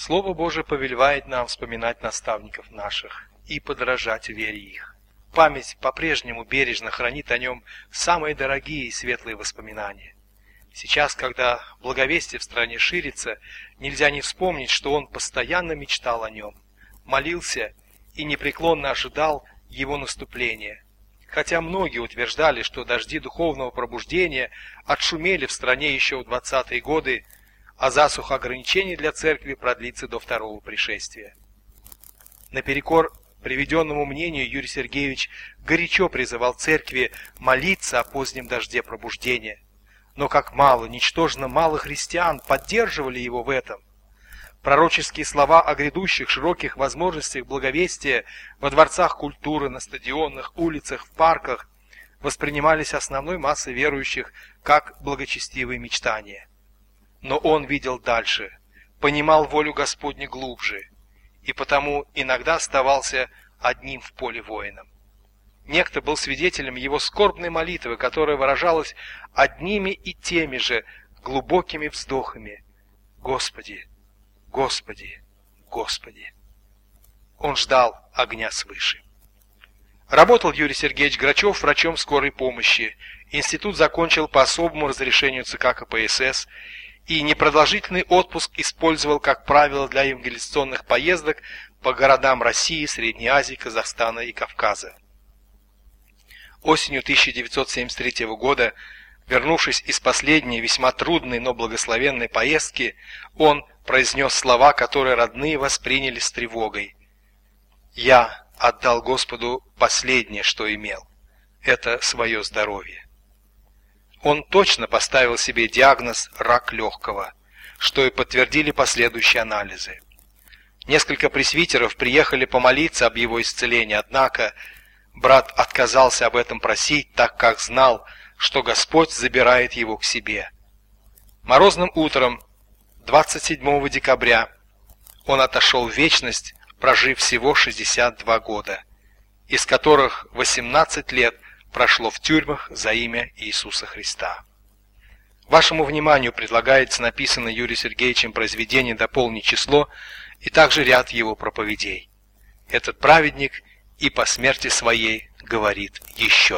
Слово Божие повелевает нам вспоминать наставников наших и подражать вере их. Память по-прежнему бережно хранит о нем самые дорогие и светлые воспоминания. Сейчас, когда благовестие в стране ширится, нельзя не вспомнить, что он постоянно мечтал о нем, молился и непреклонно ожидал его наступления. Хотя многие утверждали, что дожди духовного пробуждения отшумели в стране еще в 20-е годы, а засуха ограничений для церкви продлится до второго пришествия. Наперекор приведенному мнению Юрий Сергеевич горячо призывал церкви молиться о позднем дожде пробуждения. Но как мало, ничтожно мало христиан поддерживали его в этом. Пророческие слова о грядущих широких возможностях благовестия во дворцах культуры, на стадионах, улицах, в парках воспринимались основной массой верующих как благочестивые мечтания. Но он видел дальше, понимал волю Господню глубже, и потому иногда оставался одним в поле воином. Некто был свидетелем его скорбной молитвы, которая выражалась одними и теми же глубокими вздохами: «Господи, Господи, Господи». Он ждал огня свыше. Работал Юрий Сергеевич Грачев врачом скорой помощи. Институт закончил по особому разрешению ЦК КПСС и непродолжительный отпуск использовал, как правило, для евангелизационных поездок по городам России, Средней Азии, Казахстана и Кавказа. Осенью 1973 года, вернувшись из последней весьма трудной, но благословенной поездки, он произнес слова, которые родные восприняли с тревогой: «Я отдал Господу последнее, что имел. Это свое здоровье». Он точно поставил себе диагноз «рак легкого», что и подтвердили последующие анализы. Несколько пресвитеров приехали помолиться об его исцелении, однако брат отказался об этом просить, так как знал, что Господь забирает его к себе. Морозным утром 27 декабря он отошел в вечность, прожив всего 62 года, из которых 18 лет прошло в тюрьмах за имя Иисуса Христа. Вашему вниманию предлагается написанное Юрием Сергеевичем произведение «Дополнить число» и также ряд его проповедей. Этот праведник и по смерти своей говорит еще.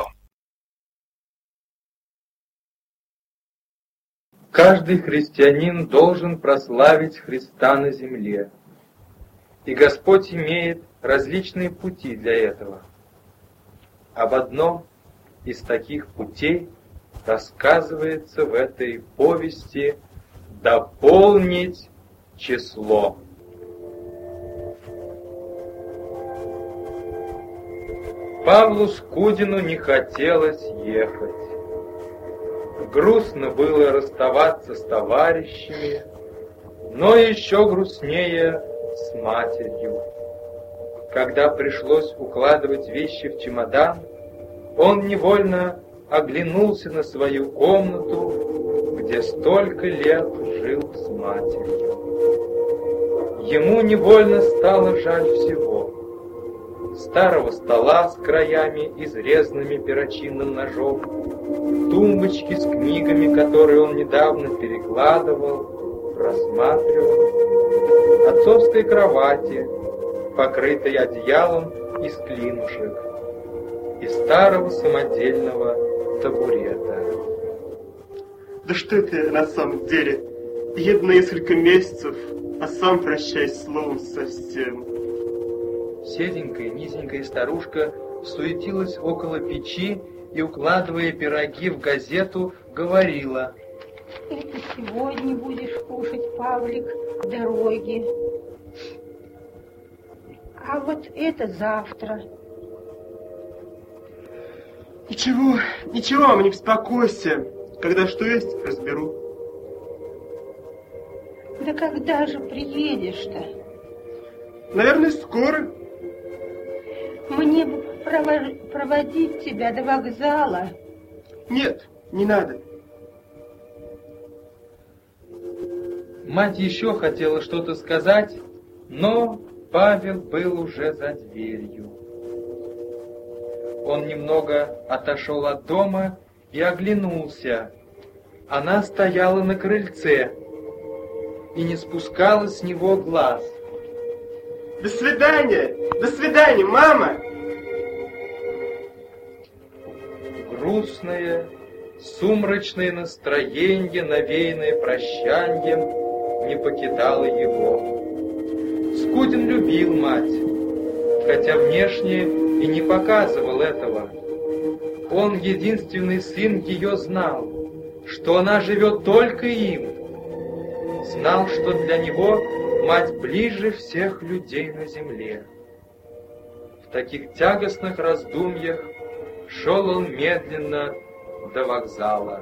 Каждый христианин должен прославить Христа на земле, и Господь имеет различные пути для этого. Об одном из таких путей рассказывается в этой повести «Дополнить число». Павлу Скудину не хотелось ехать. Грустно было расставаться с товарищами, но еще грустнее с матерью. Когда пришлось укладывать вещи в чемодан, он невольно оглянулся на свою комнату, где столько лет жил с матерью. Ему невольно стало жаль всего: старого стола с краями, изрезанными перочинным ножом, тумбочки с книгами, которые он недавно перекладывал, просматривал, отцовской кровати, покрытой одеялом из клинушек, и старого самодельного табурета. Да что это на самом деле? Еду на несколько месяцев, а сам прощаюсь словом совсем. Седенькая, низенькая старушка суетилась около печи и, укладывая пироги в газету, говорила: «Это сегодня будешь кушать, Павлик, в дороге. А вот это завтра». Ничего, ничего, мама, не беспокойся. Когда что есть, разберу. Да когда же приедешь-то? Наверное, скоро. Мне бы проводить тебя до вокзала. Нет, не надо. Мать еще хотела что-то сказать, но Павел был уже за дверью. Он немного отошел от дома и оглянулся. Она стояла на крыльце. и не спускала с него глаз. До свидания, мама! Грустное, сумрачное настроение, навеянное прощанием, не покидало его. Скудин любил мать, хотя внешне и не показывал этого. Он, единственный сын, ее знал, что она живет только им. Знал, что для него мать ближе всех людей на земле. В таких тягостных раздумьях шел он медленно до вокзала.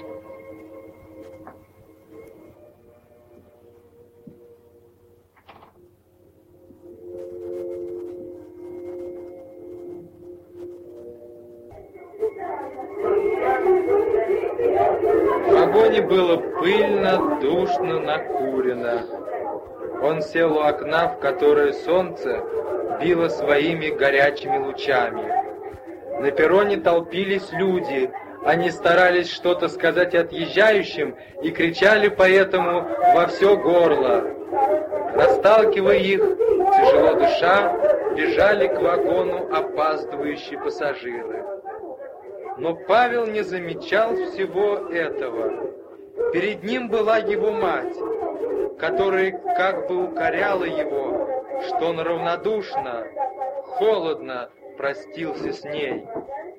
В вагоне было пыльно, душно, накурено. Он сел у окна, в которое солнце било своими горячими лучами. На перроне толпились люди. Они старались что-то сказать отъезжающим и кричали поэтому во все горло. Расталкивая их, тяжело дыша, бежали к вагону опаздывающие пассажиры. Но Павел не замечал всего этого. Перед ним была его мать, которая как бы укоряла его, что он равнодушно, холодно простился с ней.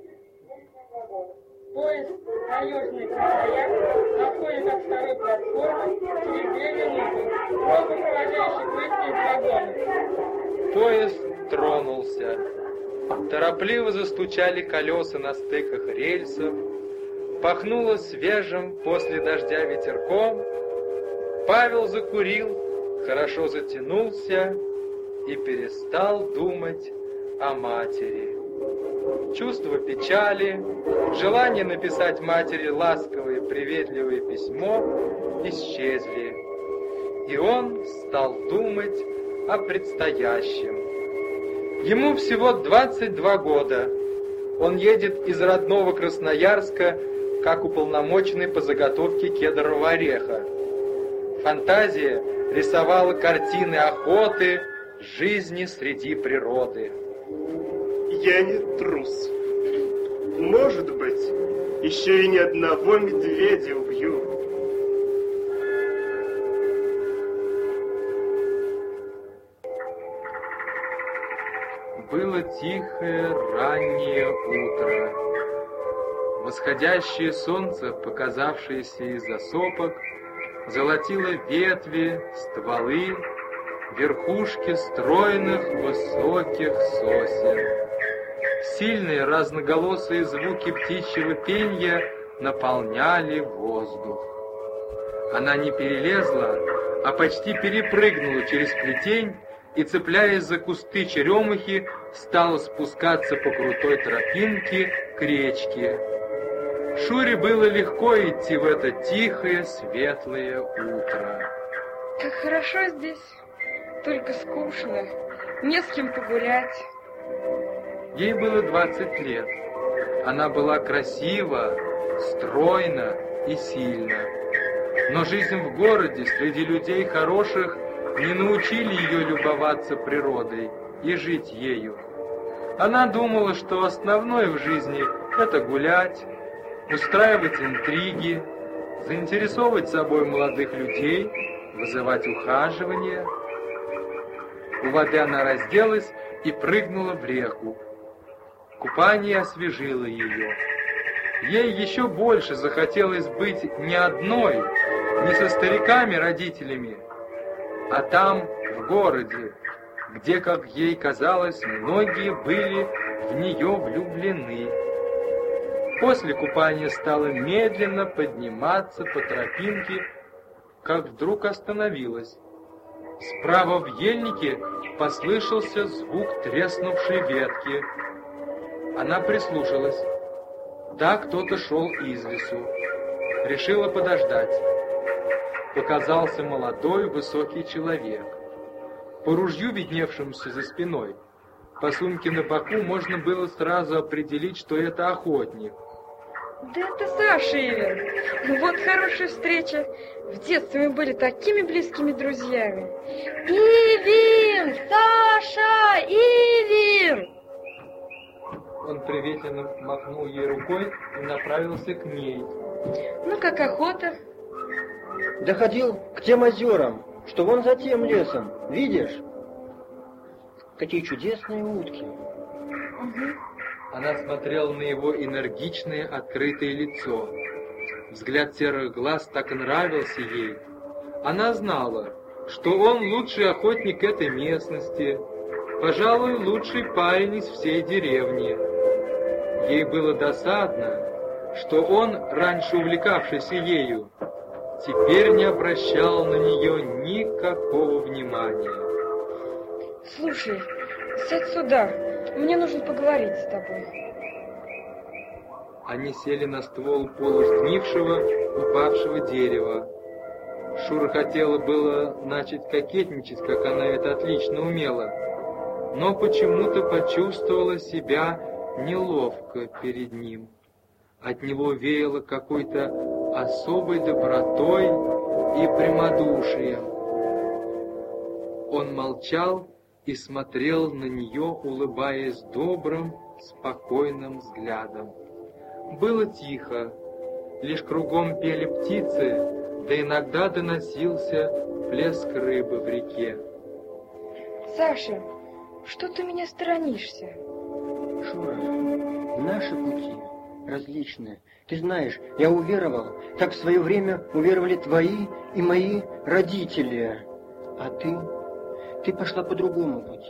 Поезд «Таежный Красноярск» отходит от второй платформы через 2 минуты. Пропуск провожающих выйти из вагона. Поезд тронулся. Торопливо застучали колеса на стыках рельсов. Пахнуло свежим после дождя ветерком. Павел закурил, хорошо затянулся и перестал думать о матери. Чувство печали, желание написать матери ласковое, приветливое письмо исчезли, и он стал думать о предстоящем. Ему всего 22 года. Он едет из родного Красноярска как уполномоченный по заготовке кедрового ореха. Фантазия рисовала картины охоты, жизни среди природы. Я не трус. Может быть, еще и ни одного медведя убью. Было тихое раннее утро. Восходящее солнце, показавшееся из-за сопок, золотило ветви, стволы, верхушки стройных высоких сосен. Сильные разноголосые звуки птичьего пенья наполняли воздух. Она не перелезла, а почти перепрыгнула через плетень и, цепляясь за кусты черемухи, стала спускаться по крутой тропинке к речке. Шуре было легко идти в это тихое, светлое утро. Как хорошо здесь, только скучно, не с кем погулять. Ей было 20 лет. Она была красива, стройна и сильна. Но жизнь в городе среди людей хороших не научили ее любоваться природой и жить ею. Она думала, что основное в жизни — это гулять, устраивать интриги, заинтересовывать собой молодых людей, вызывать ухаживание. У воды она разделась и прыгнула в реку. Купание освежило ее. Ей еще больше захотелось быть не одной, не со стариками-родителями, а там, в городе, где, как ей казалось, многие были в нее влюблены. После купания стала медленно подниматься по тропинке, как вдруг остановилась. Справа в ельнике послышался звук треснувшей ветки. Она прислушалась. Да, кто-то шел из лесу. Решила подождать. Показался молодой высокий человек. По ружью, видневшемуся за спиной, по сумке на боку можно было сразу определить, что это охотник. Да это Саша Ивин. Вот хорошая встреча. В детстве мы были такими близкими друзьями. Ивин! Саша! Ивин! Он приветливо махнул ей рукой и направился к ней. Ну, как охота? Доходил к тем озерам, что вон за тем лесом. Видишь? Какие чудесные утки. Угу. Она смотрела на его энергичное, открытое лицо. Взгляд серых глаз так и нравился ей. Она знала, что он лучший охотник этой местности, пожалуй, лучший парень из всей деревни. Ей было досадно, что он, раньше увлекавшийся ею, теперь не обращал на нее никакого внимания. Слушай, сядь сюда, мне нужно поговорить с тобой. Они сели на ствол полусгнившего, упавшего дерева. Шура хотела было начать кокетничать, как она это отлично умела, но почему-то почувствовала себя неловко перед ним. От него веяло какой-то особой добротой и прямодушием. Он молчал и смотрел на нее, улыбаясь добрым, спокойным взглядом. Было тихо, лишь кругом пели птицы, да иногда доносился плеск рыбы в реке. Саша, что ты меня сторонишься? Шура, наши пути различные. Ты знаешь, я уверовал, как в свое время уверовали твои и мои родители. А ты пошла по другому пути.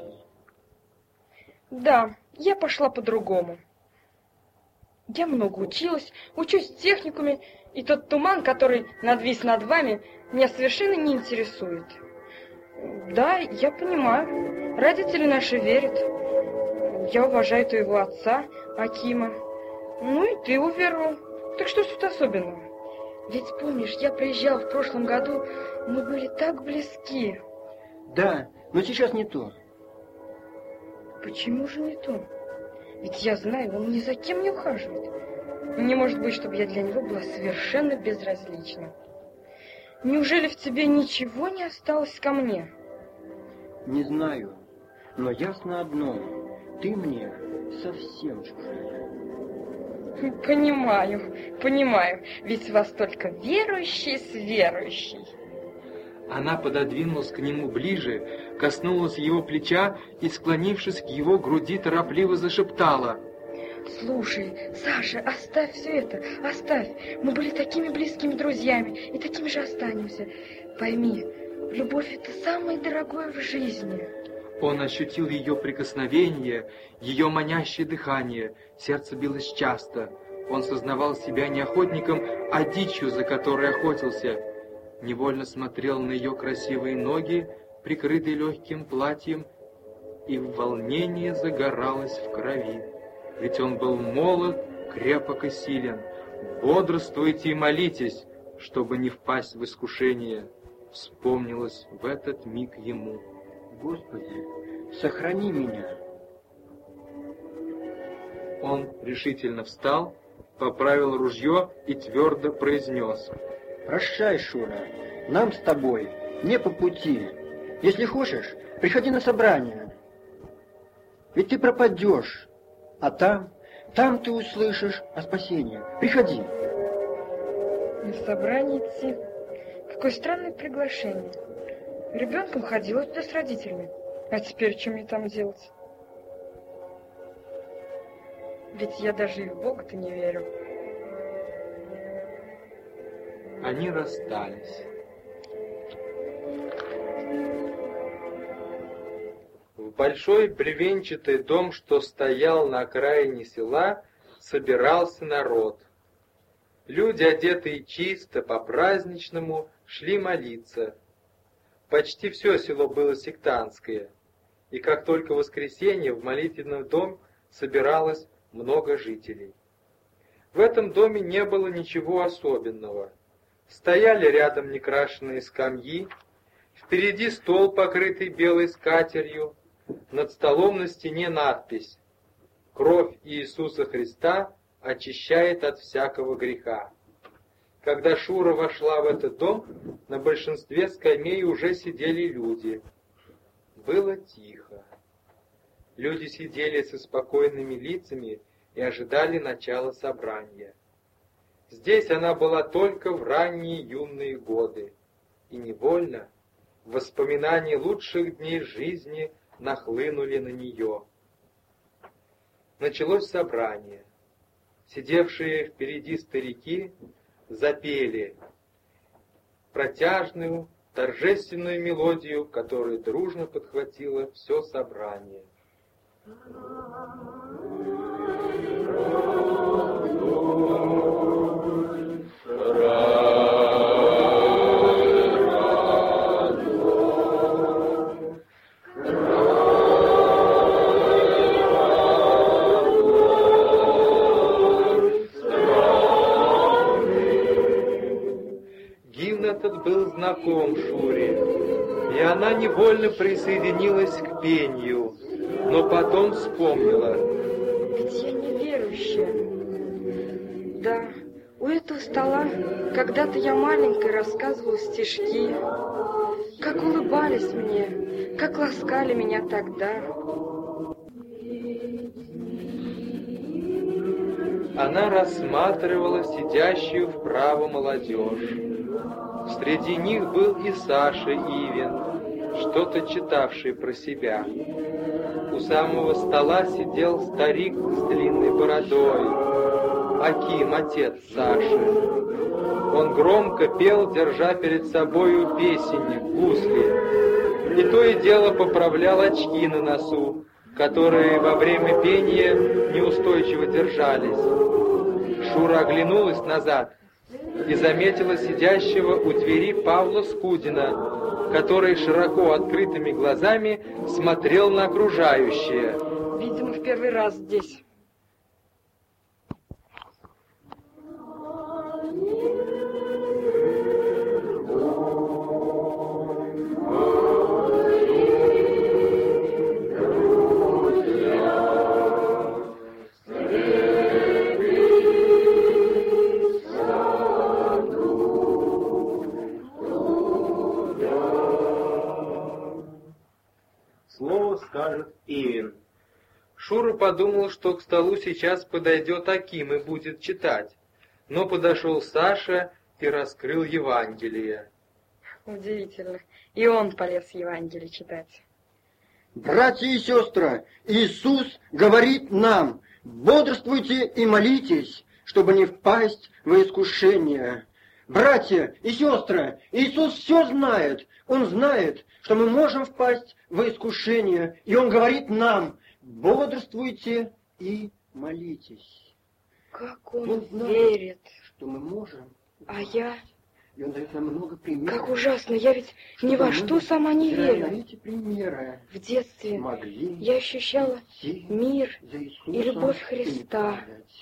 Да, я пошла по-другому. Я много училась, учусь в техникуме, и тот туман, который надвис над вами, меня совершенно не интересует. Да, я понимаю, родители наши верят. Я уважаю твоего отца, Акима. Ну и ты уверовал. Так что ж тут особенного? Ведь помнишь, я приезжал в прошлом году, мы были так близки. Да, но сейчас не то. Почему же не то? Ведь я знаю, он ни за кем не ухаживает. Не может быть, чтобы я для него была совершенно безразлична. Неужели в тебе ничего не осталось ко мне? Не знаю, но ясно одно. Ты мне совсем чужая. Понимаю. Ведь у вас только верующий с верующей. Она пододвинулась к нему ближе, коснулась его плеча и, склонившись к его груди, торопливо зашептала. Слушай, Саша, оставь все это, оставь. Мы были такими близкими друзьями и такими же останемся. Пойми, любовь — это самое дорогое в жизни. Он ощутил ее прикосновение, ее манящее дыхание. Сердце билось часто. Он сознавал себя не охотником, а дичью, за которой охотился. Невольно смотрел на ее красивые ноги, прикрытые легким платьем, и в волнении загоралось в крови. Ведь он был молод, крепок и силен. Бодрствуйте и молитесь, чтобы не впасть в искушение, вспомнилось в этот миг ему. Господи, сохрани меня. Он решительно встал, поправил ружье и твердо произнес. Прощай, Шура, нам с тобой не по пути. Если хочешь, приходи на собрание. Ведь ты пропадешь, а там ты услышишь о спасении. Приходи. На собрание идти? Какое странное приглашение. Ребенком ходила туда с родителями. А теперь что мне там делать? Ведь я даже и в Бога-то не верю. Они расстались. В большой бревенчатый дом, что стоял на окраине села, собирался народ. Люди, одетые чисто, по-праздничному, шли молиться. Почти все село было сектантское, и как только в воскресенье в молитвенном доме собиралось много жителей. В этом доме не было ничего особенного. Стояли рядом некрашенные скамьи, впереди стол, покрытый белой скатертью, над столом на стене надпись «Кровь Иисуса Христа очищает от всякого греха. Когда Шура вошла в этот дом, на большинстве скамей уже сидели люди. Было тихо. Люди сидели со спокойными лицами и ожидали начала собрания. Здесь она была только в ранние юные годы, и невольно воспоминания лучших дней жизни нахлынули на нее. Началось собрание. Сидевшие впереди старики запели протяжную, торжественную мелодию, которую дружно подхватило все собрание. Гимн этот был знаком Шуре, и она невольно присоединилась к пению, но потом вспомнила. Ведь я неверующая. Да, у этого стола когда-то я маленькой рассказывала стишки, как улыбались мне, как ласкали меня тогда. Она рассматривала сидящую вправо молодежь. Среди них был и Саша Ивин, что-то читавший про себя. У самого стола сидел старик с длинной бородой, Аким, отец Саши. Он громко пел, держа перед собою песенник, гусли, и то и дело поправлял очки на носу, которые во время пения неустойчиво держались. Шура оглянулась назад и заметила сидящего у двери Павла Скудина, который широко открытыми глазами смотрел на окружающее. Видимо, в первый раз здесь. Скажет Ивин. Шура подумал, что к столу сейчас подойдет Аким и будет читать. Но подошел Саша и раскрыл Евангелие. Удивительно. И он полез Евангелие читать. Братья и сестры, Иисус говорит нам: бодрствуйте и молитесь, чтобы не впасть в искушение. Братья и сестры, Иисус все знает. Он знает, что мы можем впасть в искушение, и Он говорит нам: бодрствуйте и молитесь. Как он верит, что мы можем. А я... И Он дает нам много примеров. Как ужасно, я ведь ни во что сама не верю. Эти примеры в детстве я ощущала мир и любовь Христа.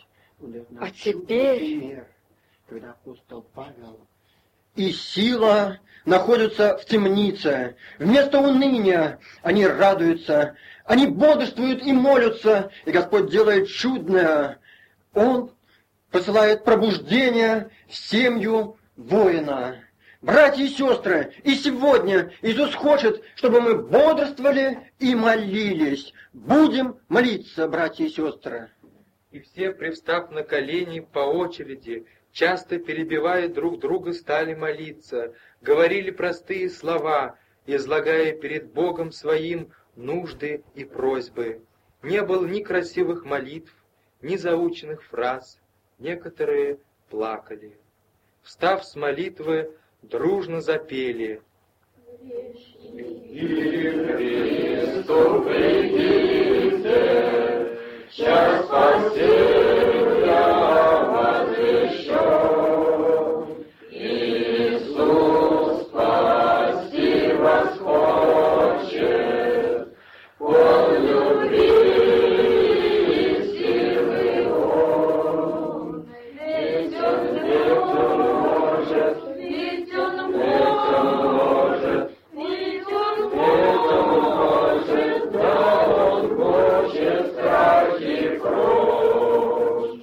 А теперь... Когда апостол Павел и сила находятся в темнице. Вместо уныния они радуются, они бодрствуют и молятся, и Господь делает чудное. Он посылает пробуждение в семью воина. Братья и сестры, и сегодня Иисус хочет, чтобы мы бодрствовали и молились. Будем молиться, братья и сестры. И все, привстав на колени по очереди, часто перебивая друг друга, стали молиться, говорили простые слова, излагая перед Богом своим нужды и просьбы. Не было ни красивых молитв, ни заученных фраз. Некоторые плакали. Встав с молитвы, дружно запели. Христу придите, час спасения возвещен. Иисус спаси вас хочет, Он любви и силы Он. Ведь Он может, ведь Он может, ведь Он может, да Он хочет страх и кровь.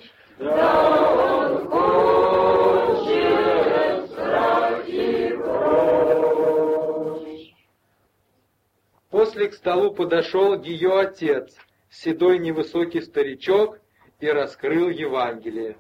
После к столу подошел ее отец, седой невысокий старичок, и раскрыл Евангелие.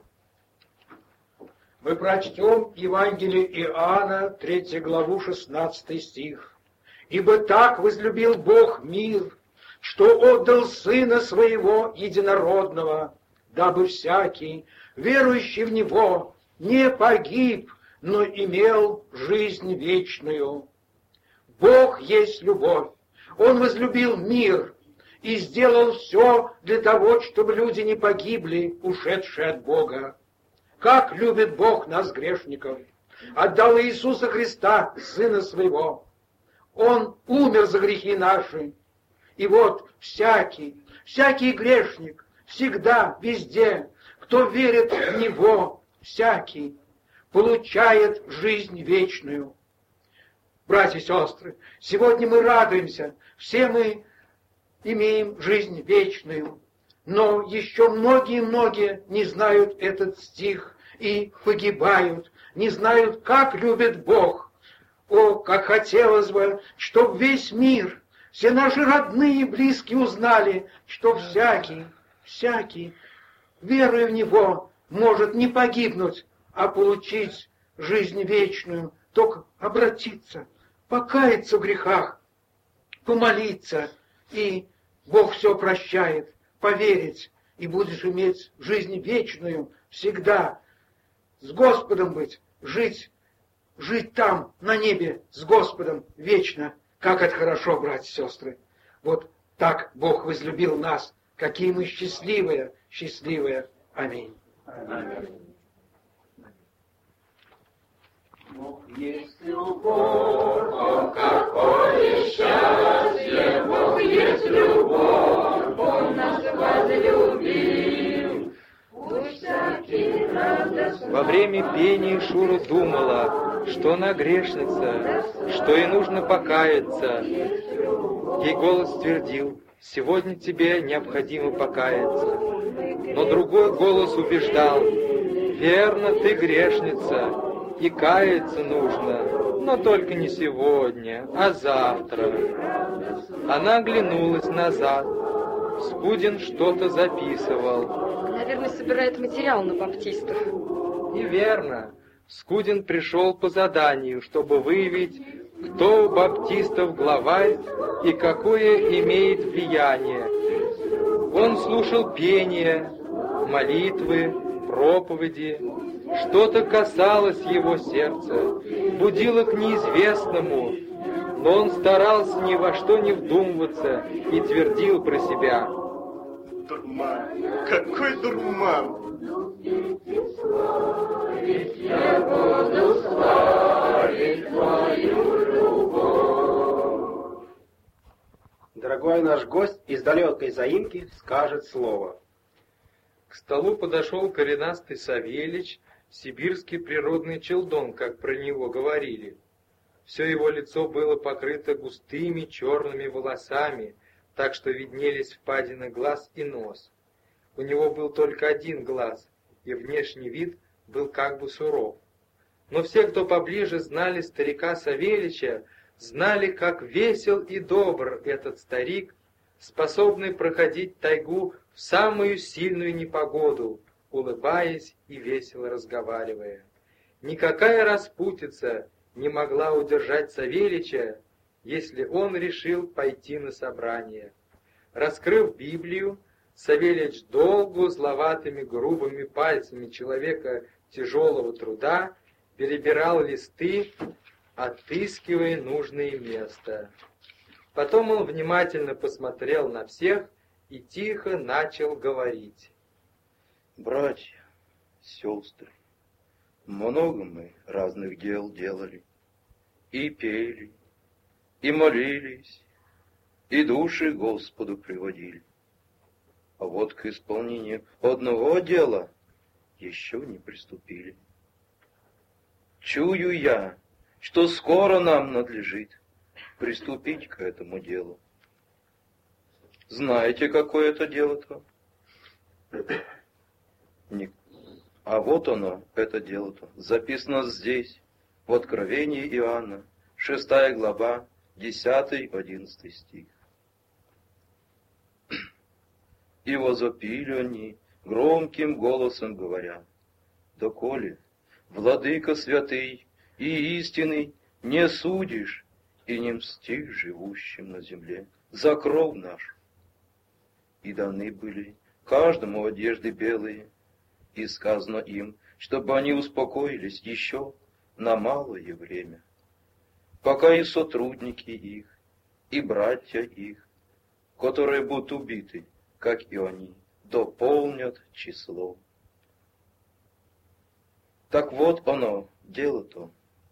Мы прочтем Евангелие Иоанна, 3 главу, 16 стих. «Ибо так возлюбил Бог мир, что отдал Сына Своего Единородного, дабы всякий, верующий в Него, не погиб, но имел жизнь вечную. Бог есть любовь. Он возлюбил мир и сделал все для того, чтобы люди не погибли, ушедшие от Бога. Как любит Бог нас, грешников! Отдал Иисуса Христа, Сына Своего. Он умер за грехи наши. И вот всякий грешник, всегда, везде, кто верит в Него, всякий, получает жизнь вечную. Братья и сестры, сегодня мы радуемся, все мы имеем жизнь вечную. Но еще многие не знают этот стих и погибают, не знают, как любит Бог. О, как хотелось бы, чтобы весь мир, все наши родные и близкие узнали, что всякий, веруя в Него, может не погибнуть, а получить жизнь вечную, только обратиться, покаяться в грехах, помолиться, и Бог все прощает. Поверить, и будешь иметь жизнь вечную всегда, с Господом быть, жить там, на небе, с Господом вечно. Как это хорошо, братья и сестры. Вот так Бог возлюбил нас, какие мы счастливые. Аминь. Бог есть любовь, о, какое счастье, Бог есть любовь, Он нас возлюбил. Пусть всякий радостный... Во время пения Шура думала, что она грешница, что ей нужно покаяться. Ей голос твердил: сегодня тебе необходимо покаяться. Но другой голос убеждал: верно, ты грешница, и каяться нужно, но только не сегодня, а завтра. Она оглянулась назад. Скудин что-то записывал. Наверное, собирает материал на баптистов. И верно. Скудин пришел по заданию, чтобы выявить, кто у баптистов главарь и какое имеет влияние. Он слушал пение, молитвы, проповеди. Что-то касалось его сердца, будило к неизвестному, но он старался ни во что не вдумываться и твердил про себя: дурман, какой дурман! Я буду славить твою любовь. Дорогой наш гость из далекой заимки скажет слово. К столу подошел коренастый Савельич, сибирский природный челдон, как про него говорили. Все его лицо было покрыто густыми черными волосами, так что виднелись впадины глаз и нос. У него был только один глаз, и внешний вид был как бы суров. Но все, кто поближе знали старика Савельича, знали, как весел и добр этот старик, способный проходить тайгу в самую сильную непогоду, улыбаясь и весело разговаривая. Никакая распутица не могла удержать Савельича, если он решил пойти на собрание. Раскрыв Библию, Савельич долго зловатыми грубыми пальцами человека тяжелого труда перебирал листы, отыскивая нужное место. Потом он внимательно посмотрел на всех и тихо начал говорить. Братья, сестры, много мы разных дел делали, и пели, и молились, и души Господу приводили. А вот к исполнению одного дела еще не приступили. Чую я, что скоро нам надлежит приступить к этому делу. Знаете, какое это дело-то? А вот оно, это дело-то, записано здесь, в Откровении Иоанна, 6 глава, 10-11 стих. И возопили они, громким голосом говоря: «Доколе, Владыка святый и истинный, не судишь и не мстишь живущим на земле за кровь нашу». И даны были каждому одежды белые, и сказано им, чтобы они успокоились еще на малое время, пока и сотрудники их, и братья их, которые будут убиты, как и они, дополнят число. Так вот оно, дело-то.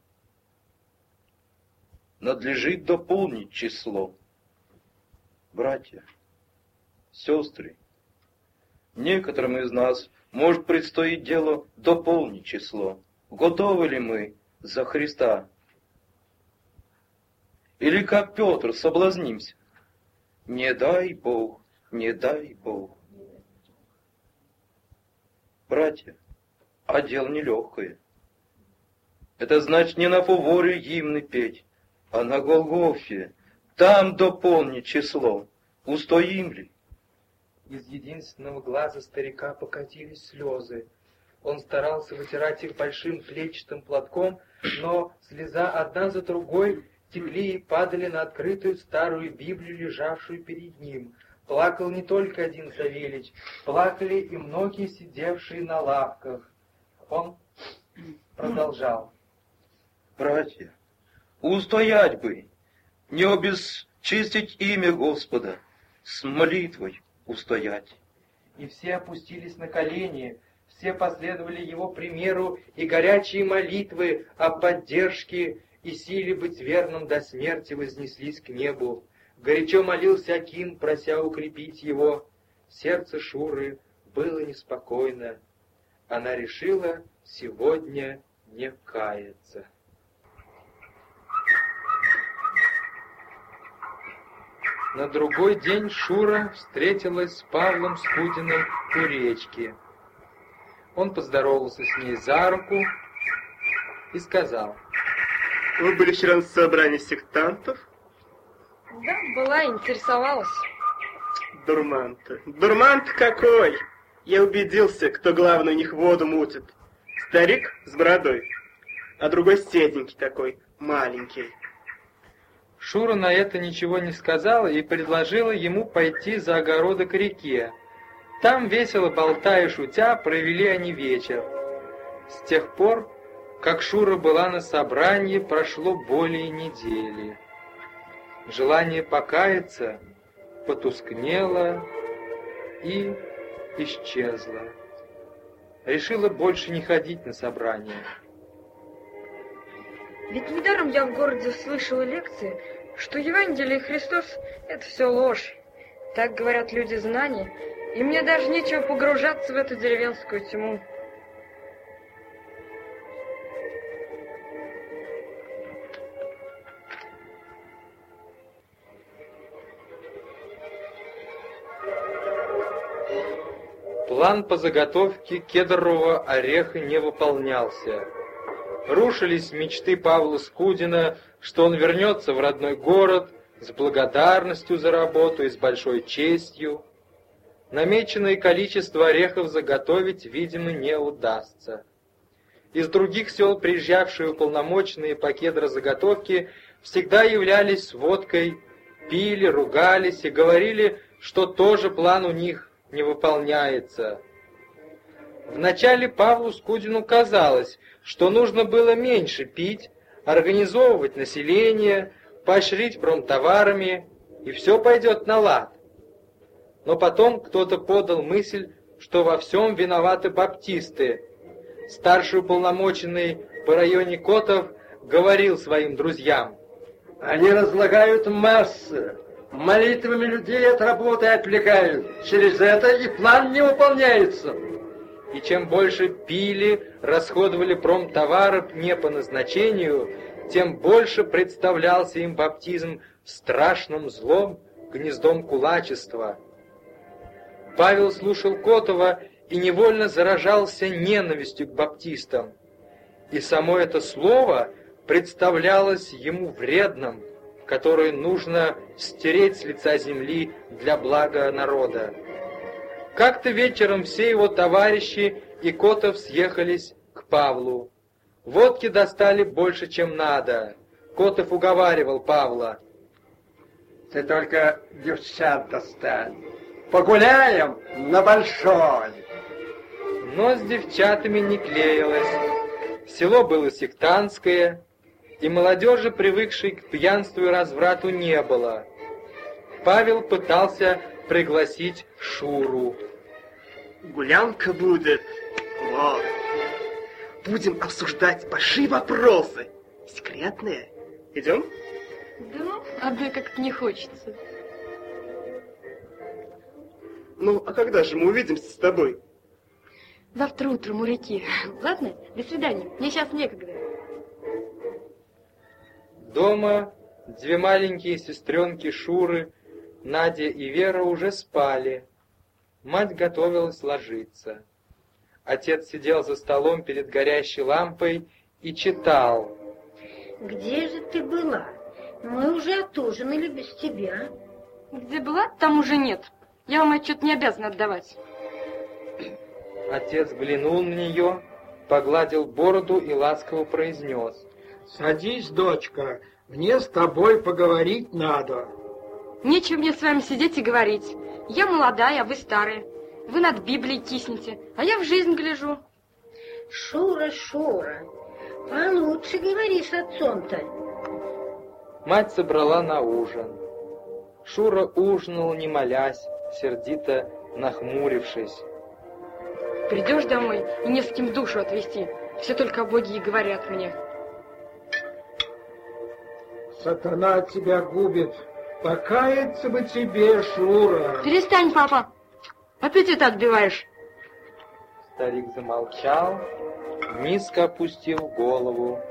Надлежит дополнить число. Братья, сестры, некоторым из нас может предстоить дело дополнить число. Готовы ли мы за Христа? Или, как Петр, соблазнимся? Не дай Бог, не дай Бог. Братья, а дело нелегкое. Это значит не на фуворе гимны петь, а на Голгофе. Там дополнить число. Устоим ли? Из единственного глаза старика покатились слезы. Он старался вытирать их большим клетчатым платком, но слеза одна за другой текли и падали на открытую старую Библию, лежавшую перед ним. Плакал не только один Савельич, плакали и многие, сидевшие на лавках. Он продолжал. Братья, устоять бы, не обесчистить имя Господа, с молитвой устоять. И все опустились на колени, все последовали его примеру, и горячие молитвы о поддержке и силе быть верным до смерти вознеслись к небу. Горячо молился Аким, прося укрепить его. Сердце Шуры было неспокойно. Она решила сегодня не каяться. На другой день Шура встретилась с Павлом Скудиным у речки. Он поздоровался с ней за руку и сказал: «Вы были вчера на собрании сектантов?» Да, была, интересовалась. Дурман-то. Дурман-то какой! Я убедился, кто главный у них воду мутит. Старик с бородой, а другой седенький такой, маленький. Шура на это ничего не сказала и предложила ему пойти за огороды к реке. Там, весело болтая и шутя, провели они вечер. С тех пор, как Шура была на собрании, прошло более недели. Желание покаяться потускнело и исчезло. Решила больше не ходить на собрание. Ведь недаром я в городе слышала лекции, что Евангелие и Христос — это все ложь. Так говорят люди знания, и мне даже нечего погружаться в эту деревенскую тьму. План по заготовке кедрового ореха не выполнялся. Рушились мечты Павла Скудина, что он вернется в родной город с благодарностью за работу и с большой честью. Намеченное количество орехов заготовить, видимо, не удастся. Из других сел приезжавшие уполномоченные по кедрозаготовке всегда являлись с водкой, пили, ругались и говорили, что тоже план у них не выполняется. Вначале Павлу Скудину казалось, что нужно было меньше пить, организовывать население, поощрить промтоварами, и все пойдет на лад. Но потом кто-то подал мысль, что во всем виноваты баптисты. Старший уполномоченный по районе Котов говорил своим друзьям: «Они разлагают массы, молитвами людей от работы отвлекают. Через это и план не выполняется». И чем больше пили, расходовали промтовары не по назначению, тем больше представлялся им баптизм страшным злом, гнездом кулачества. Павел слушал Котова и невольно заражался ненавистью к баптистам. И само это слово представлялось ему вредным, которое нужно стереть с лица земли для блага народа. Как-то вечером все его товарищи и Котов съехались к Павлу. Водки достали больше, чем надо. Котов уговаривал Павла. Ты только девчат достань. Погуляем на большой. Но с девчатами не клеилось. Село было сектантское, и молодежи, привыкшей к пьянству и разврату, не было. Павел пытался пригласить Шуру. Гулянка будет. Вот. Будем обсуждать большие вопросы. Секретные. Идем? Да, одной как-то не хочется. Ну, а когда же мы увидимся с тобой? Завтра утром у реки. Ладно? До свидания. Мне сейчас некогда. Дома две маленькие сестренки Шуры, Надя и Вера, уже спали. Мать готовилась ложиться. Отец сидел за столом перед горящей лампой и читал. Где же ты была? Мы уже отужинали без тебя. Где была, там уже нет. Я вам отчет не обязана отдавать. Отец взглянул на нее, погладил бороду и ласково произнес. Садись, дочка, мне с тобой поговорить надо. Нечего мне с вами сидеть и говорить. Я молодая, а вы старые. Вы над Библией киснете, а я в жизнь гляжу. Шура, Шура, получше говори с отцом-то. Мать собрала на ужин. Шура ужинал, не молясь, сердито нахмурившись. Придешь домой и не с кем душу отвести. Все только о Боге и говорят мне. Сатана тебя губит. Покаяться бы тебе, Шура. Перестань, папа. Аппетит отбиваешь. Старик замолчал, низко опустил голову.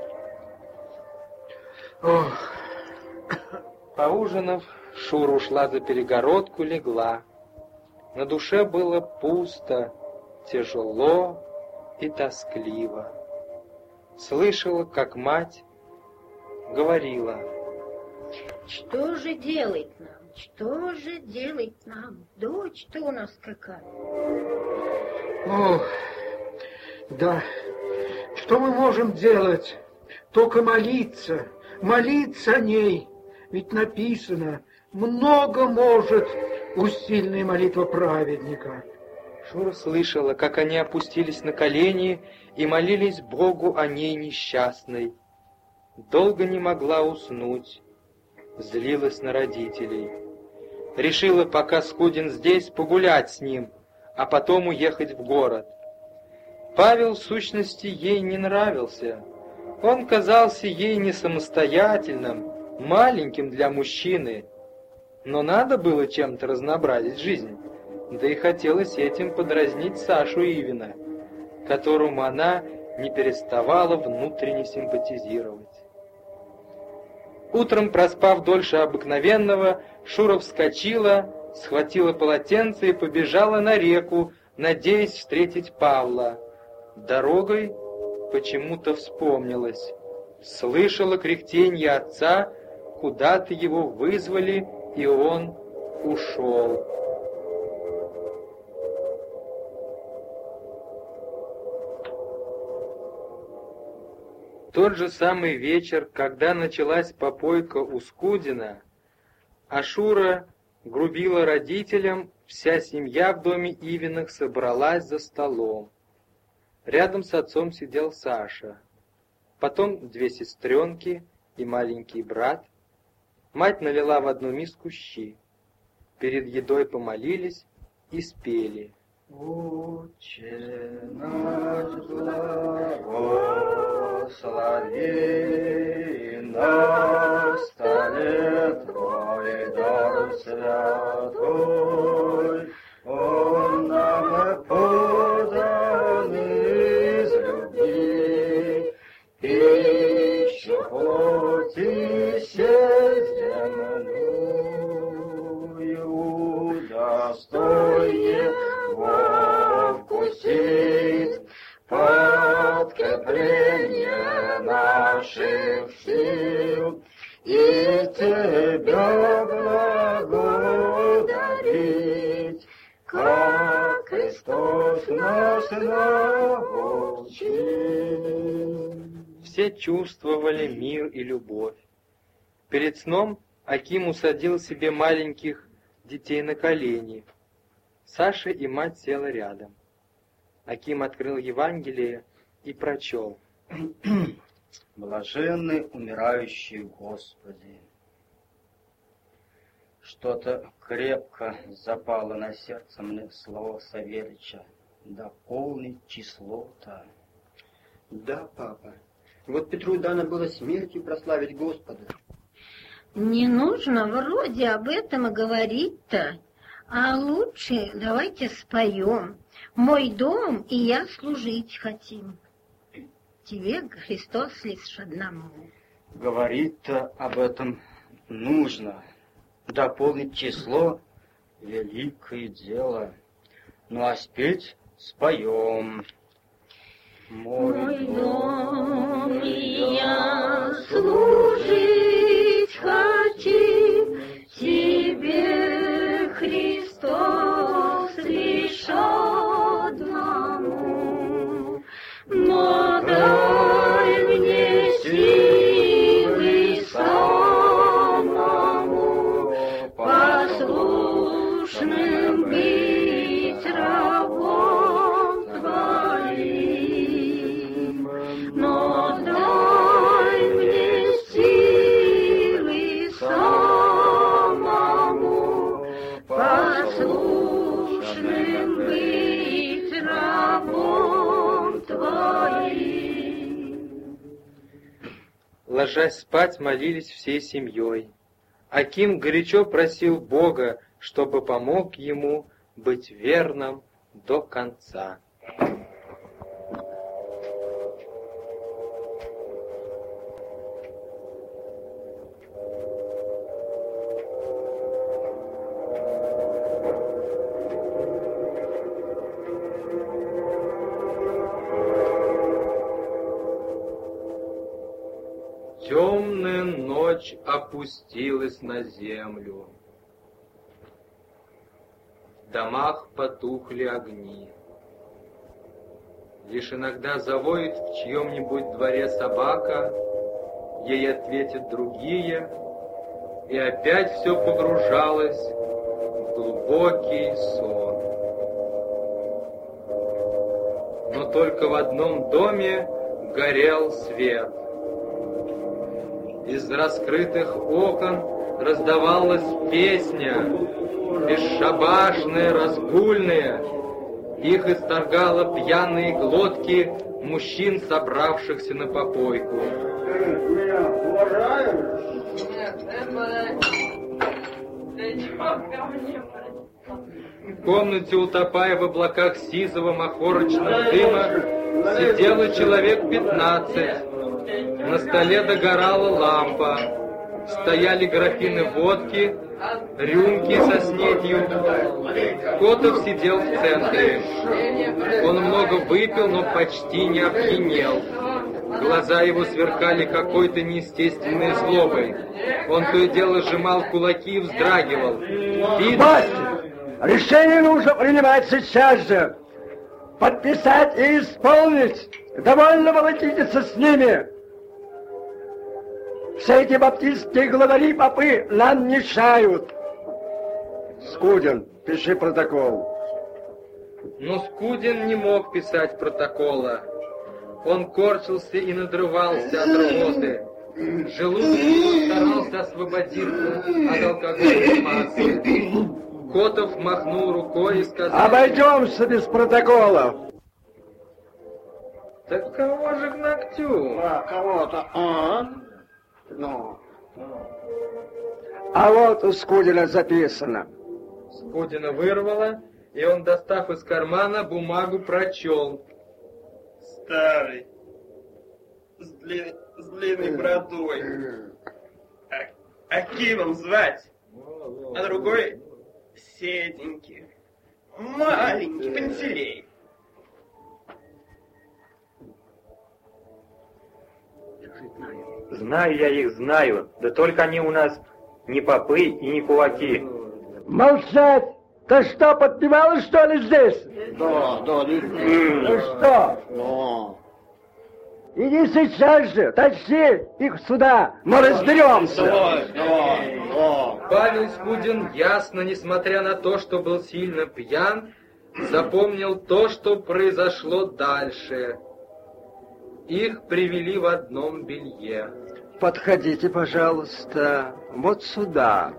Ох. Поужинав, Шура ушла за перегородку, легла. На душе было пусто, тяжело и тоскливо. Слышала, как мать говорила. Что же делать нам? Что же делать нам? Дочь-то у нас какая. Ох, да, что мы можем делать? Только молиться, молиться о ней. Ведь написано, много может усильная молитва праведника. Шура слышала, как они опустились на колени и молились Богу о ней несчастной. Долго не могла уснуть, злилась на родителей. Решила, пока Скудин здесь, погулять с ним, а потом уехать в город. Павел, в сущности, ей не нравился. Он казался ей не самостоятельным, маленьким для мужчины. Но надо было чем-то разнообразить жизнь. Да и хотелось этим подразнить Сашу Ивина, которому она не переставала внутренне симпатизировать. Утром, проспав дольше обыкновенного, Шура вскочила, схватила полотенце и побежала на реку, надеясь встретить Павла. Дорогой почему-то вспомнилась. Слышала кряхтенье отца, куда-то его вызвали, и он ушел. Тот же самый вечер, когда началась попойка у Скудина, а Шура грубила родителям, вся семья в доме Ивиных собралась за столом. Рядом с отцом сидел Саша, потом две сестренки и маленький брат. Мать налила в одну миску щи. Перед едой помолились и спели. Отче наш благослови, настанет Твой дар святой, Он нам подан из любви, пищу плоти сеть земную, достойнее вкусить подкрепление наших сил и Тебя благодарить, как чувствовали мир и любовь. Перед сном Аким усадил себе маленьких детей на колени. Саша и мать села рядом. Аким открыл Евангелие и прочел. Блаженны умирающие в Господе. Что-то крепко запало на сердце мне слово Савельича. Дополнить число-то. Да, папа. Вот Петру дано было смертью прославить Господа. Не нужно вроде об этом и говорить-то. А лучше давайте споем. Мой дом и я служить хотим. Тебе, Христос, лишь одному. Говорить-то об этом нужно. Дополнить число — великое дело. Ну а спеть споем. Мой дом и я служить хочу тебе, Христос, лишь одному. Но дай мне силы самому послушным быть рабом твоим. Но дай мне силы самому послушным быть рабом твоим. Ложась спать, молились всей семьей. Аким горячо просил Бога, чтобы помог ему быть верным до конца. Темная ночь опустилась на землю. В домах потухли огни. Лишь иногда завоет в чьем-нибудь дворе собака, ей ответят другие, и опять все погружалось в глубокий сон. Но только в одном доме горел свет. Из раскрытых окон раздавалась песня, бесшабашная, разгульная. Их исторгало пьяные глотки мужчин, собравшихся на попойку. Меня уважаешь? В комнате, утопая в облаках сизого махорочного дыма, сидело человек 15. На столе догорала лампа. Стояли графины водки, рюмки со снедью. Котов сидел в центре. Он много выпил, но почти не опьянел. Глаза его сверкали какой-то неестественной злобой. Он то и дело сжимал кулаки и вздрагивал. Мастер, решение нужно принимать сейчас же. Подписать и исполнить. Довольно волокититься с ними. Все эти баптистские главари попы нам мешают. Скудин, пиши протокол. Но Скудин не мог писать протокола. Он корчился и надрывался от рвоты. Желудок его старался освободиться от алкогольной массы. Котов махнул рукой и сказал: обойдемся без протоколов. Так кого же к ногтю? Кого-то, Ну. А вот у Скудина записано. Скудина вырвало, и он, достав из кармана, бумагу прочел. Старый, с длинной бородой. Акимом звать, а другой седенький, маленький, Пантелей. Знаю я их, знаю, да только они у нас не попы и не кулаки. Молчать! Ты что, подпевала, что ли, здесь? Да, Ну что? Иди сейчас же, тащи их сюда, мы разберемся. Павел Скудин ясно, несмотря на то, что был сильно пьян, запомнил то, что произошло дальше. Их привели в одном белье. Подходите, пожалуйста, вот сюда.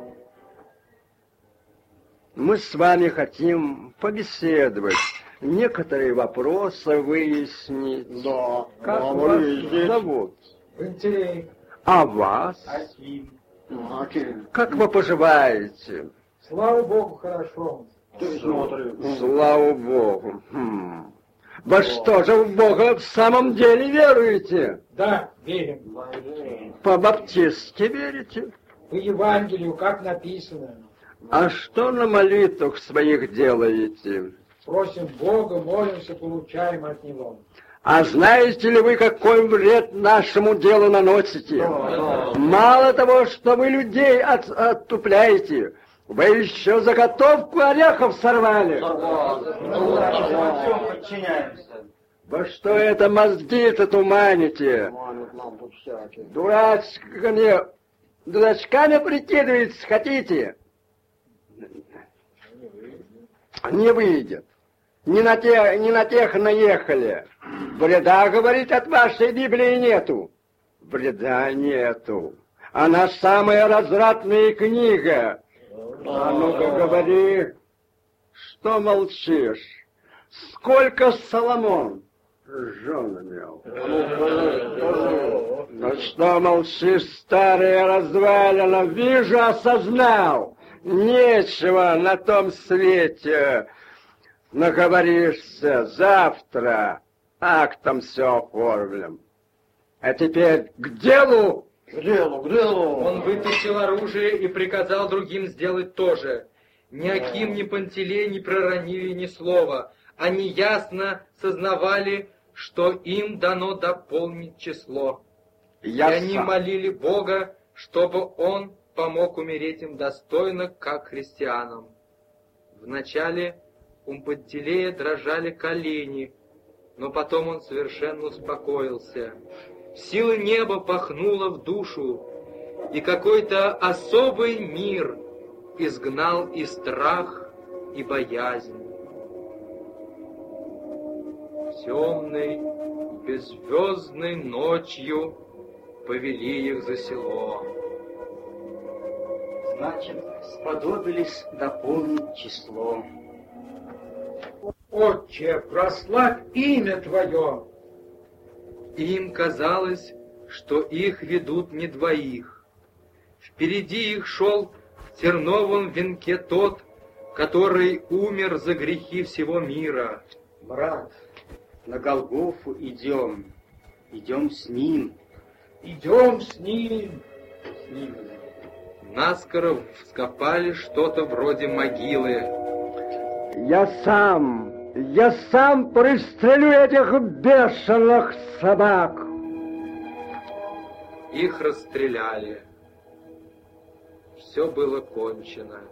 Мы с вами хотим побеседовать, некоторые вопросы выяснить. Да, как да, вас здесь. зовут? Пантелей. А вас? Асим. Как вы поживаете? Слава Богу, хорошо. Ты смотри. Слава Богу. Вы что же в Бога в самом деле веруете? Да, верим. По-баптистски верите? По Евангелию, как написано. А что на молитвах своих делаете? Просим Бога, молимся, получаем от Него. А знаете ли вы, какой вред нашему делу наносите? Мало того, что вы людей оттупляете, вы еще заготовку орехов сорвали. Вы что это мозги-то туманите? Дурачками прикидываетесь хотите? Не выйдет. Не на тех наехали. Вреда, говорит, от вашей Библии нету. Вреда нету. Она самая развратная книга. А ну-ка говори, что молчишь? Сколько Соломон жен имел? Ну что молчишь, старая развалина? Вижу, осознал. Нечего на том свете. Наговоришься, завтра актом все оформим. А теперь к делу. К делу, к делу. Он вытащил оружие и приказал другим сделать то же. Ни Аким, ни Пантелей не проронили ни слова. Они ясно сознавали, что им дано дополнить число. И они молили Бога, чтобы Он помог умереть им достойно, как христианам. Вначале у Пантелея дрожали колени, но потом он совершенно успокоился. Сила неба пахнула в душу, и какой-то особый мир изгнал и страх, и боязнь. Темной, беззвездной ночью повели их за село. Значит, сподобились дополнить число. Отче, прославь имя Твое. Им казалось, что их ведут не двоих. Впереди их шел в терновом венке тот, который умер за грехи всего мира. Брат, на Голгофу идем, идем с ним. Идем с ним. Наскоро вскопали что-то вроде могилы. Я сам пристрелю этих бешеных собак. Их расстреляли. Все было кончено.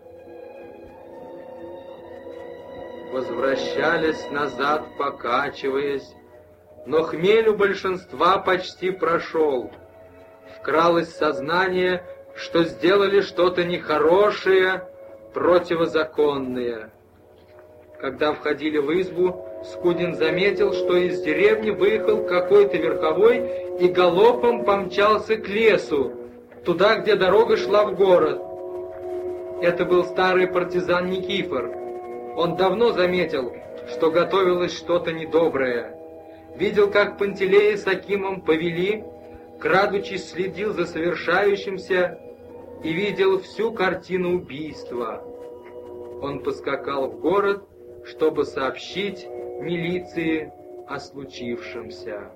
Возвращались назад, покачиваясь, но хмель у большинства почти прошел. Вкралось сознание, что сделали что-то нехорошее, противозаконное. Когда входили в избу, Скудин заметил, что из деревни выехал какой-то верховой и галопом помчался к лесу, туда, где дорога шла в город. Это был старый партизан Никифор. Он давно заметил, что готовилось что-то недоброе. Видел, как Пантелея с Акимом повели, крадучись следил за совершающимся и видел всю картину убийства. Он поскакал в город, чтобы сообщить милиции о случившемся.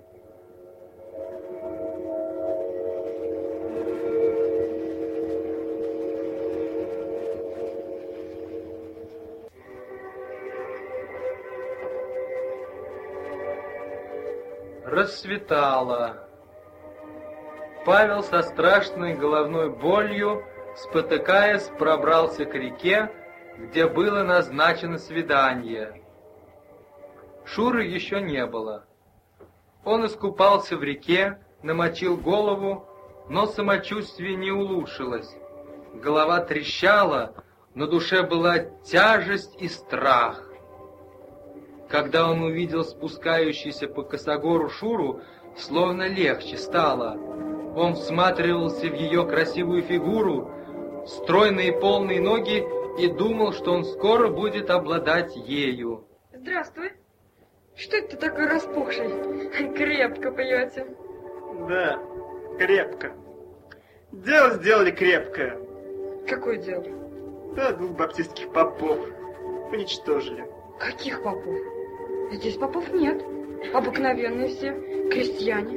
Рассветало. Павел со страшной головной болью, спотыкаясь, пробрался к реке, где было назначено свидание. Шуры еще не было. Он искупался в реке, намочил голову, но самочувствие не улучшилось. Голова трещала, на душе была тяжесть и страх. Когда он увидел спускающуюся по косогору Шуру, словно легче стало. Он всматривался в ее красивую фигуру, стройные полные ноги и думал, что он скоро будет обладать ею. Здравствуй. Что это ты такой распухший? Крепко пьете. Да, крепко. Дело сделали крепкое. Какое дело? Да, 2 баптистских попов уничтожили. Каких попов? Здесь попов нет. Обыкновенные все, крестьяне.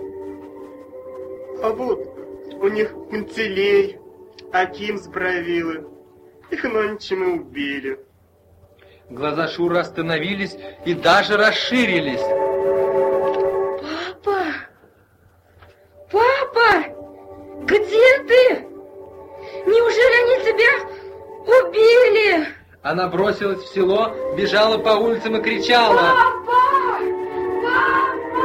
А вот у них Пантелей, Аким с Бравилы. Их нонче мы убили. Глаза Шуры остановились и даже расширились. Папа! Папа! Где ты? Неужели они тебя убили? Она бросилась в село, бежала по улицам и кричала. Папа! Папа!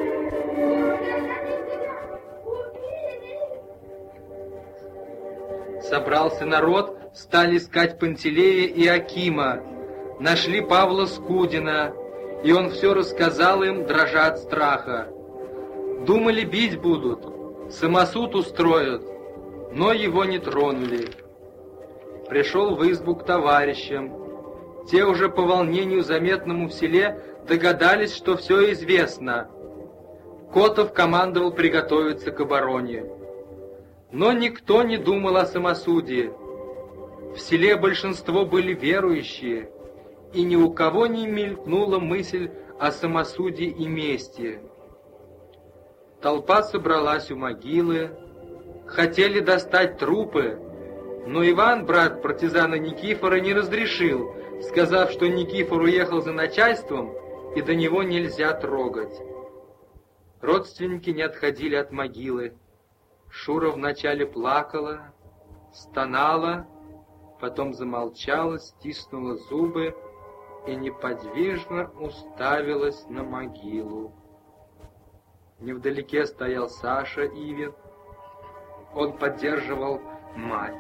Собрался народ, стали искать Пантелея и Акима. Нашли Павла Скудина, и он все рассказал им, дрожа от страха. Думали, бить будут, самосуд устроят, но его не тронули. Пришел в избу к товарищам. Те уже по волнению, заметному в селе, догадались, что все известно. Котов командовал приготовиться к обороне. Но никто не думал о самосудии. В селе большинство были верующие, и ни у кого не мелькнула мысль о самосудии и мести. Толпа собралась у могилы, хотели достать трупы, но Иван, брат партизана Никифора, не разрешил, сказав, что Никифор уехал за начальством, и до него нельзя трогать. Родственники не отходили от могилы. Шура вначале плакала, стонала, потом замолчала, стиснула зубы и неподвижно уставилась на могилу. Невдалеке стоял Саша Ивин. Он поддерживал мать.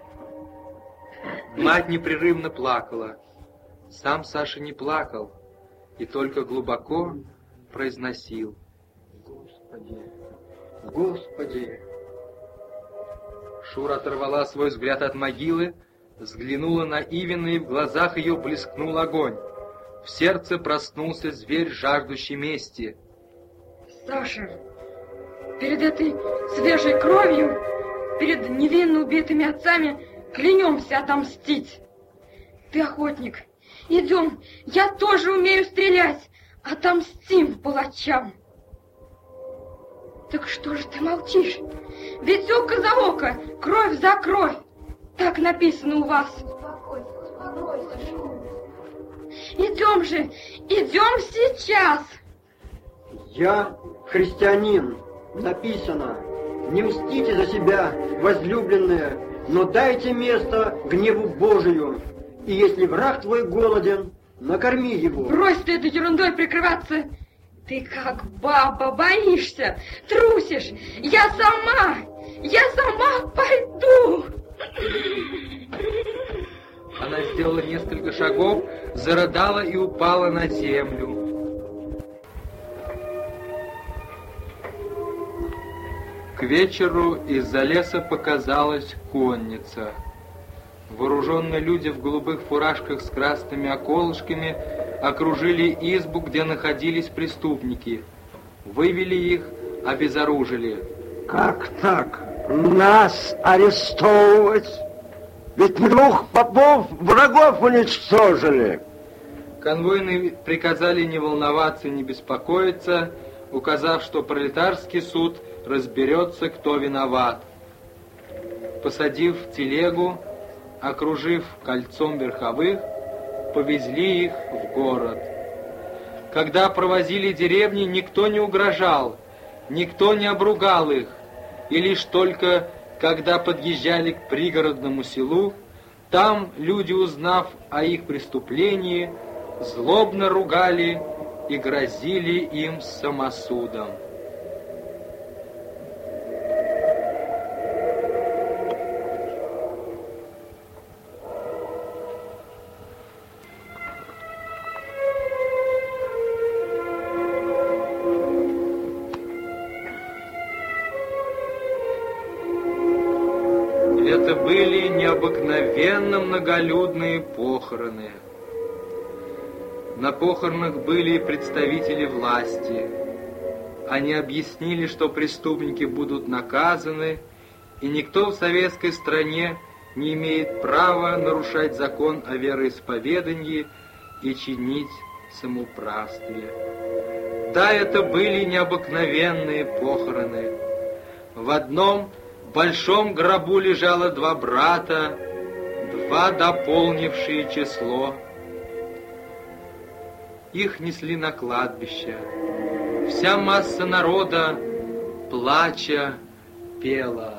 Мать непрерывно плакала. Сам Саша не плакал и только глубоко произносил: «Господи, Господи». Шура оторвала свой взгляд от могилы, взглянула на Ивина, и в глазах ее блескнул огонь. В сердце проснулся зверь, жаждущий мести. Саша, перед этой свежей кровью, перед невинно убитыми отцами клянемся отомстить. Ты охотник, идем, я тоже умею стрелять, отомстим палачам. Так что же ты молчишь? Ведь око за око, кровь за кровь. Так написано у вас. Успокойся. Идем же, идем сейчас. Я христианин, написано. Не мстите за себя, возлюбленные, но дайте место гневу Божию. И если враг твой голоден, накорми его. Брось ты этой ерундой прикрываться. Ты как баба боишься, трусишь. Я сама пойду. Она сделала несколько шагов, зарыдала и упала на землю. К вечеру из-за леса показалась конница. Вооруженные люди в голубых фуражках с красными околышками окружили избу, где находились преступники. Вывели их, обезоружили. Как так? Нас арестовывать? Ведь мы 2 попов врагов уничтожили. Конвойные приказали не волноваться, не беспокоиться, указав, что пролетарский суд разберется, кто виноват. Посадив в телегу, окружив кольцом верховых, повезли их в город. Когда провозили деревни, никто не угрожал, никто не обругал их, и лишь только когда подъезжали к пригородному селу, там люди, узнав о их преступлении, злобно ругали и грозили им самосудом. Это были необыкновенно многолюдные похороны. На похоронах были представители власти. Они объяснили, что преступники будут наказаны, и никто в советской стране не имеет права нарушать закон о вероисповедании и чинить самоуправстве. Да, это были необыкновенные похороны. В одном большом гробу лежало 2 брата, 2 дополнившие число. Их несли на кладбище. Вся масса народа, плача, пела.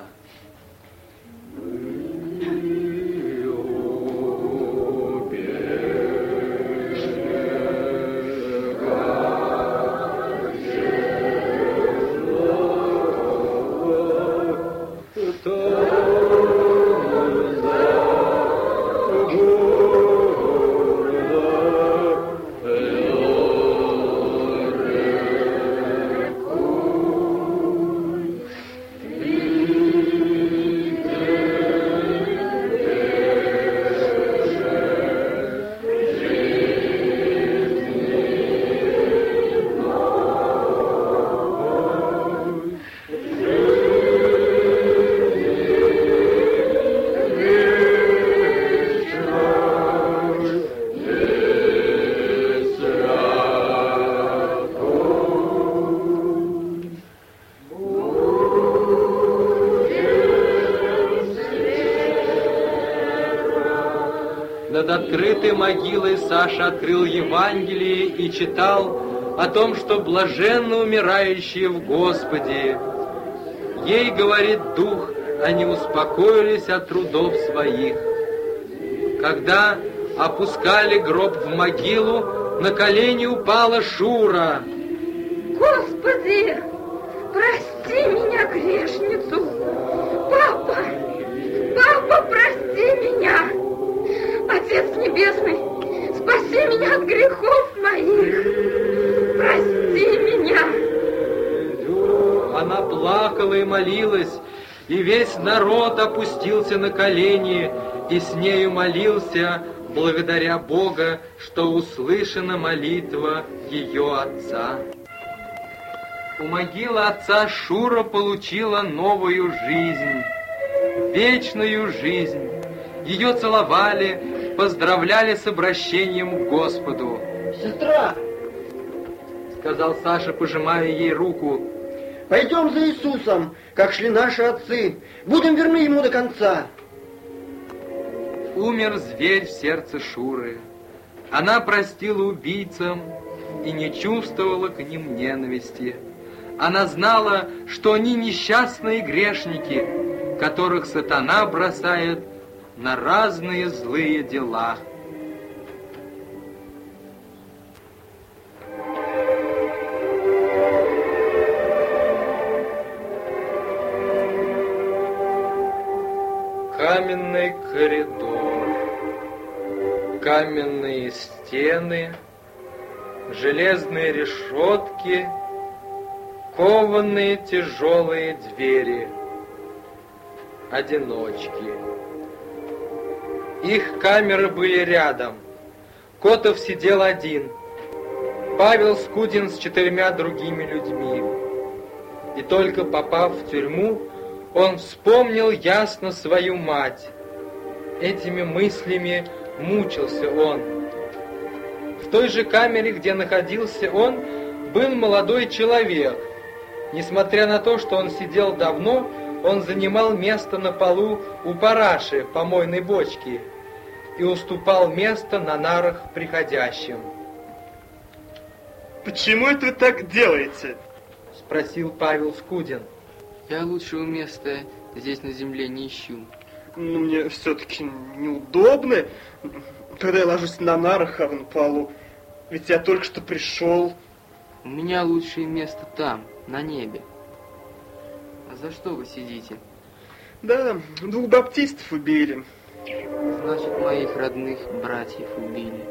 Над открытой могилой Саша открыл Евангелие и читал о том, что блаженны умирающие в Господе. Ей, говорит Дух, они успокоились от трудов своих. Когда опускали гроб в могилу, на колени упала Шура. Господи, прости меня, грешницу! Папа, папа, прости меня! Отец Небесный, спаси меня от грехов моих! Прости меня! Она плакала и молилась, и весь народ опустился на колени и с нею молился, благодаря Бога, что услышана молитва ее отца. У могилы отца Шура получила новую жизнь, вечную жизнь. Ее целовали, поздравляли с обращением к Господу. «Сестра!» — сказал Саша, пожимая ей руку. «Пойдем за Иисусом, как шли наши отцы. Будем верны Ему до конца». Умер зверь в сердце Шуры. Она простила убийцам и не чувствовала к ним ненависти. Она знала, что они несчастные грешники, которых сатана бросает на разные злые дела. Каменный коридор, каменные стены, железные решетки, кованые тяжелые двери, одиночки. Их камеры были рядом. Котов сидел один. Павел Скудин с 4 другими людьми. И только попав в тюрьму, он вспомнил ясно свою мать. Этими мыслями мучился он. В той же камере, где находился он, был молодой человек. Несмотря на то, что он сидел давно, он занимал место на полу у параши помойной бочки и уступал место на нарах приходящим. «Почему это вы так делаете?» — спросил Павел Скудин. «Я лучшего места здесь на земле не ищу». «Ну, мне все-таки неудобно, когда я ложусь на нарах, а на полу. Ведь я только что пришел. У меня лучшее место там, на небе. А за что вы сидите? Да, 2 баптистов убили. Значит, моих родных братьев убили.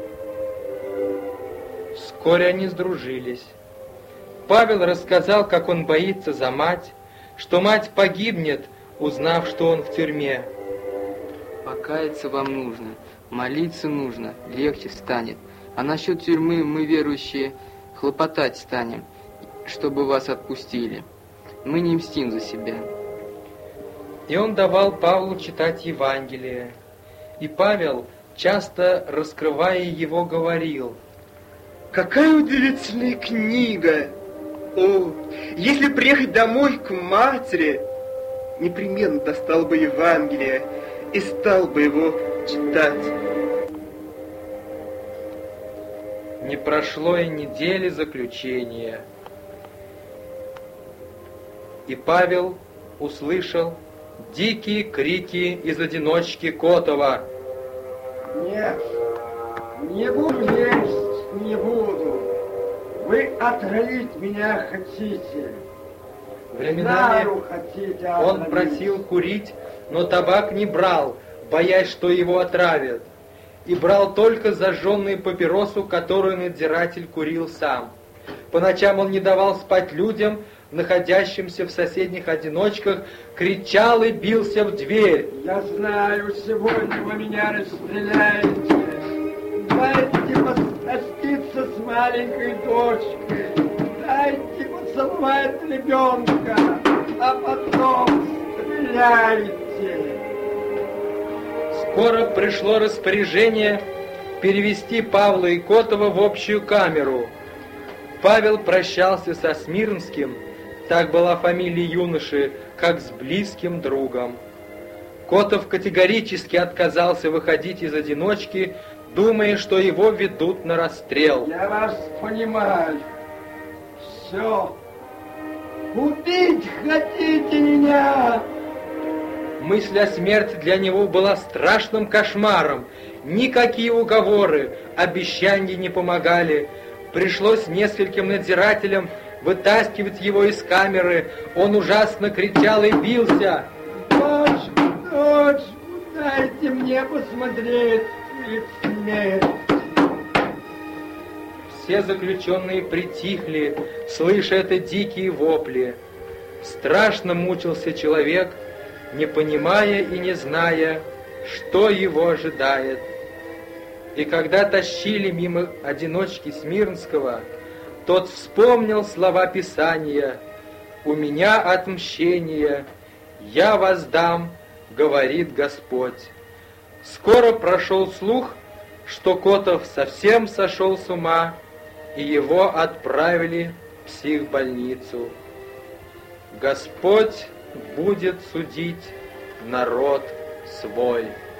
Вскоре они сдружились. Павел рассказал, как он боится за мать, что мать погибнет, узнав, что он в тюрьме. Покаяться вам нужно, молиться нужно, легче станет. А насчет тюрьмы мы, верующие, хлопотать станем, чтобы вас отпустили. Мы не мстим за себя. И он давал Павлу читать Евангелие. И Павел, часто раскрывая его, говорил: «Какая удивительная книга! О, если приехать домой к матери, непременно достал бы Евангелие и стал бы его читать». Не прошло и недели заключения, и Павел услышал дикие крики из одиночки Котова. Нет, не буду есть, не буду. Вы отравить меня хотите. Временами Знаю, хотите он отравить. просил курить, но табак не брал, боясь, что его отравят, и брал только зажженную папиросу, которую надзиратель курил сам. По ночам он не давал спать людям, находящимся в соседних одиночках, кричал и бился в дверь. Я знаю, сегодня вы меня расстреляете. Дайте проститься с маленькой дочкой. Дайте поцеловать ребенка, а потом стреляйте. Скоро пришло распоряжение перевести Павла и Котова в общую камеру. Павел прощался со Смирнским, так была фамилия юноши, как с близким другом. Котов категорически отказался выходить из одиночки, думая, что его ведут на расстрел. Я вас понимаю. Все. Убить хотите меня? Мысль о смерти для него была страшным кошмаром. Никакие уговоры, обещания не помогали. Пришлось нескольким надзирателям вытаскивать его из камеры. Он ужасно кричал и бился. Дочь, дайте мне посмотреть смерть. Все заключенные притихли, слыша это дикие вопли. Страшно мучился человек, не понимая и не зная, что его ожидает. И когда тащили мимо одиночки Смирнского, тот вспомнил слова Писания: «У меня отмщение, я воздам, говорит Господь». Скоро прошел слух, что Котов совсем сошел с ума, и его отправили в психбольницу. Господь будет судить народ свой.